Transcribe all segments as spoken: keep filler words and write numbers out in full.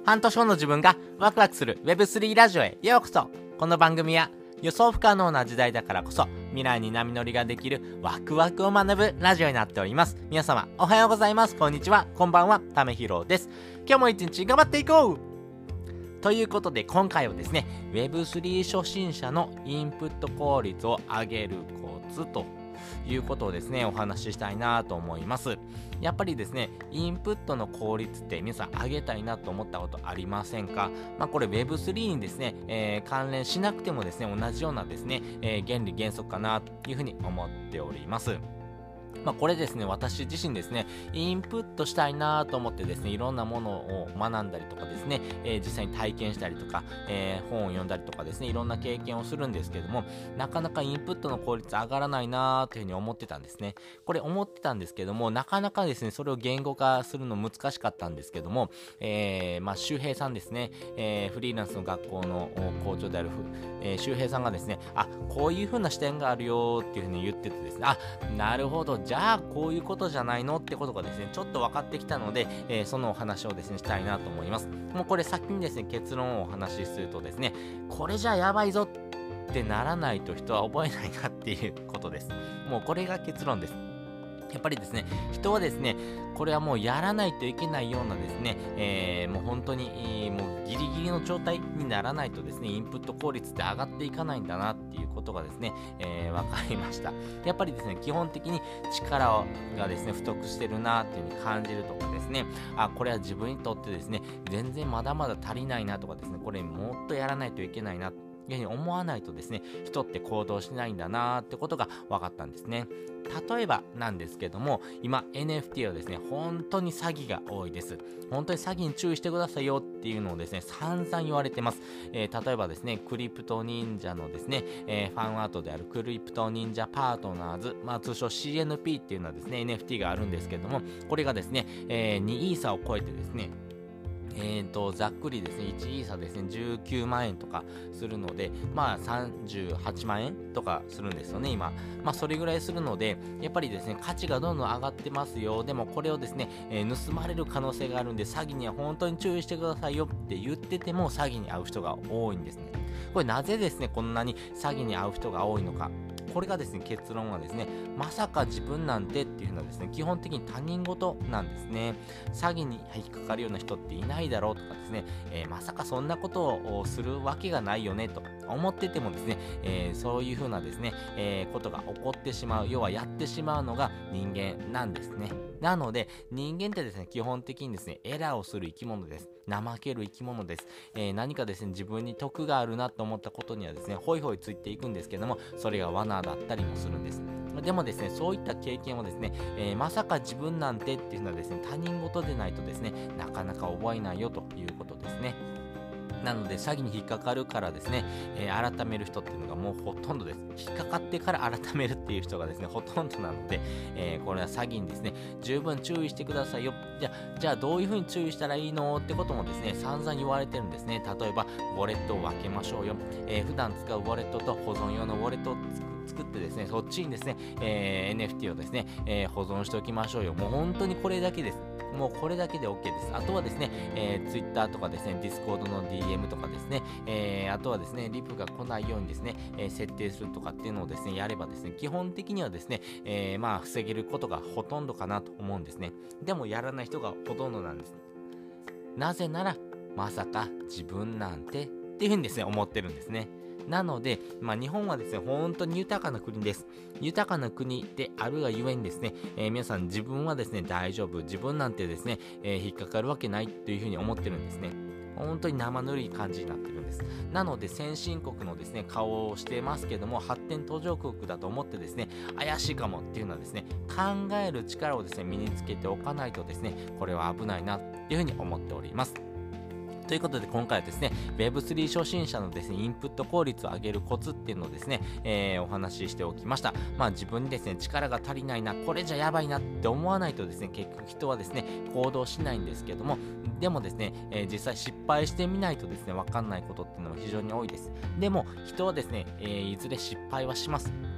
半年後の自分がワクワクする ウェブスリー ラジオへようこそ。この番組は予想不可能な時代だからこそ未来に波乗りができるワクワクを学ぶラジオになっております。皆様おはようございます、こんにちは、こんばんは、ためひろです。今日も一日頑張っていこうということで、今回はですね ウェブスリー 初心者のインプット効率を上げるコツということをですねお話ししたいなと思います。やっぱりですねインプットの効率って皆さん上げたいなと思ったことありませんか？まあこれ ウェブスリー にですね、えー、関連しなくてもですね同じようなですね、えー、原理原則かなというふうに思っております。まあこれですね、私自身ですね、インプットしたいなと思ってですね、いろんなものを学んだりとかですね、えー、実際に体験したりとか、えー、本を読んだりとかですね、いろんな経験をするんですけども、なかなかインプットの効率上がらないなというふうに思ってたんですね。これ思ってたんですけども、なかなかですね、それを言語化するの難しかったんですけども、えー、まあ周平さんですね、えー、フリーランスの学校の校長である、えー、周平さんがですね、あ、こういう風な視点があるよっていう風に言っててですね、あ、なるほど、じゃあこういうことじゃないのってことがですねちょっと分かってきたので、えー、そのお話をですねしたいなと思います。もうこれ先にですね結論をお話しするとですね、これじゃやばいぞってならないと人は覚えないなっていうことです。もうこれが結論です。やっぱりですね、人はですね、これはもうやらないといけないようなですね、えー、もう本当に、えー、もうギリギリの状態にならないとですね、インプット効率って上がっていかないんだなっていうことがですね、えー、分かりました。やっぱりですね、基本的に力がですね、不足してるなっていうふうに感じるとかですね、あ、これは自分にとってですね、全然まだまだ足りないなとかですね、これもっとやらないといけないなというふうに思わないとですね、人って行動しないんだなーってことが分かったんですね。例えばなんですけども、今 エヌエフティー はですね、本当に詐欺が多いです。本当に詐欺に注意してくださいよっていうのをですね、散々言われてます。えー、例えばですね、クリプト忍者のですね、えー、ファンアートであるクリプト忍者パートナーズ、まあ通称 シーエヌピー っていうのはですね、エヌエフティー があるんですけども、これがですね、えー、にイーサを超えてですね、えーと、ざっくりですね、いちイーサですね、じゅうきゅうまんえんとかするので、まあさんじゅうはちまんえんとかするんですよね、今。まあそれぐらいするので、やっぱりですね、価値がどんどん上がってますよ。でもこれをですね、えー、盗まれる可能性があるんで、詐欺には本当に注意してくださいよって言ってても、詐欺に遭う人が多いんですね。これなぜですね、こんなに詐欺に遭う人が多いのか。これがですね、結論はですね、まさか自分なんてっていうのはですね、基本的に他人事なんですね。詐欺に引っかかるような人っていないだろうとかですね、えー、まさかそんなことをするわけがないよねと思っててもですね、えー、そういうふうなですね、えー、ことが起こってしまう、要はやってしまうのが人間なんですね。なので、人間ってですね、基本的にですね、エラーをする生き物です。怠ける生き物です。えー、何かですね、自分に得があるなと思ったことにはですね、ホイホイついていくんですけども、それが罠だったりもするんです。でもですね、そういった経験をですね、えー、まさか自分なんてっていうのはですね、他人事でないとですね、なかなか覚えないよということですね。なので詐欺に引っかかるからですね、えー、改める人っていうのがもうほとんどです。引っかかってから改めるっていう人がですね、ほとんどなので、えー、これは詐欺にですね、十分注意してくださいよ。じゃあ、じゃあどういうふうに注意したらいいのってこともですね、散々言われてるんですね。例えば、ウォレットを分けましょうよ。えー、普段使うウォレットと保存用のウォレットを作ってですね、そっちにですね、えー、エヌエフティー をですね、えー、保存しておきましょうよ。もう本当にこれだけです。もうこれだけで OK です。あとはですね、えー、Twitter とかですね、Discord の ディーエム とかですね、えー、あとはですね、リプが来ないようにですね、えー、設定するとかっていうのをですね、やればですね、基本的にはですね、えー、まあ、防げることがほとんどかなと思うんですね。でも、やらない人がほとんどなんです。なぜなら、まさか自分なんてっていうふうにですね、思ってるんですね。なので、まあ、日本はですね、本当に豊かな国です。豊かな国であるがゆえにですね、えー、皆さん自分はですね、大丈夫。自分なんてですね、えー、引っかかるわけないというふうに思ってるんですね。本当に生ぬるい感じになってるんです。なので先進国のですね、顔をしてますけども、発展途上国だと思ってですね、怪しいかもっていうのはですね、考える力をですね、身につけておかないとですね、これは危ないなっていうふうに思っております。ということで今回はですね ウェブスリー 初心者のですねインプット効率を上げるコツっていうのをですね、えー、お話ししておきました。まあ自分にですね力が足りないな、これじゃやばいなって思わないとですね結局人はですね行動しないんですけども、でもですね、えー、実際失敗してみないとですね分かんないことっていうのは非常に多いです。でも人はですね、えー、いずれ失敗はします。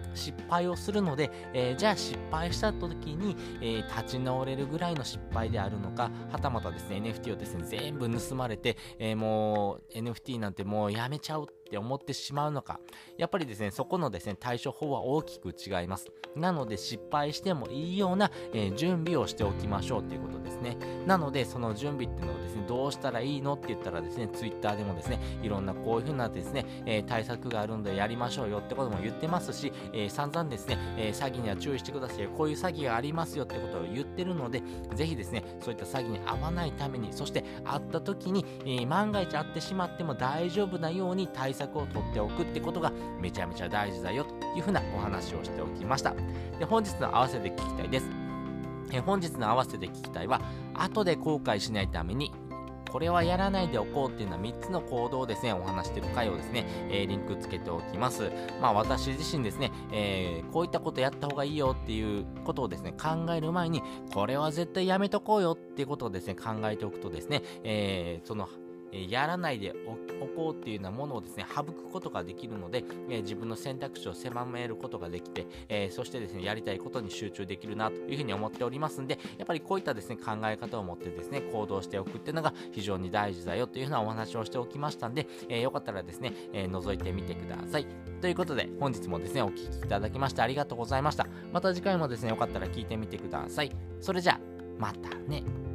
失敗をするので、えー、じゃあ失敗した時に、えー、立ち直れるぐらいの失敗であるのか、はたまたですね エヌエフティー をですね全部盗まれて、えー、もう エヌエフティー なんてもうやめちゃうって思ってしまうのか、やっぱりですねそこのですね対処法は大きく違います。なので失敗してもいいような、えー、準備をしておきましょうっていうことですね。なのでその準備っていうのをですねどうしたらいいのって言ったらですね Twitter でもですねいろんなこういう風なですね、えー、対策があるんでやりましょうよってことも言ってますし、えー、散々ですね、えー、詐欺には注意してくださいよ、こういう詐欺がありますよってことを言ってるので、ぜひですねそういった詐欺に遭わないために、そして会った時に、えー、万が一会ってしまっても大丈夫なように対策を取っておくってことがめちゃめちゃ大事だよというふうなお話をしておきました。で、本日の合わせて聞きたいです。えー、本日の合わせて聞きたいは、後で後悔しないためにこれはやらないでおこうっていうのはみっつの行動をですねお話している回をですね、えー、リンクつけておきます。まあ私自身ですね、えー、こういったことやった方がいいよっていうことをですね考える前に、これは絶対やめとこうよっていうことをですね考えておくとですね、えー、そのえー、やらないでおこうっていうようなものをですね省くことができるので、えー、自分の選択肢を狭めることができて、えー、そしてですねやりたいことに集中できるなというふうに思っておりますんで、やっぱりこういったですね考え方を持ってですね行動しておくっていうのが非常に大事だよというふうなお話をしておきましたんで、えー、よかったらですね、えー、覗いてみてください。ということで本日もですねお聞きいただきましてありがとうございました。また次回もですねよかったら聞いてみてください。それじゃあまたね。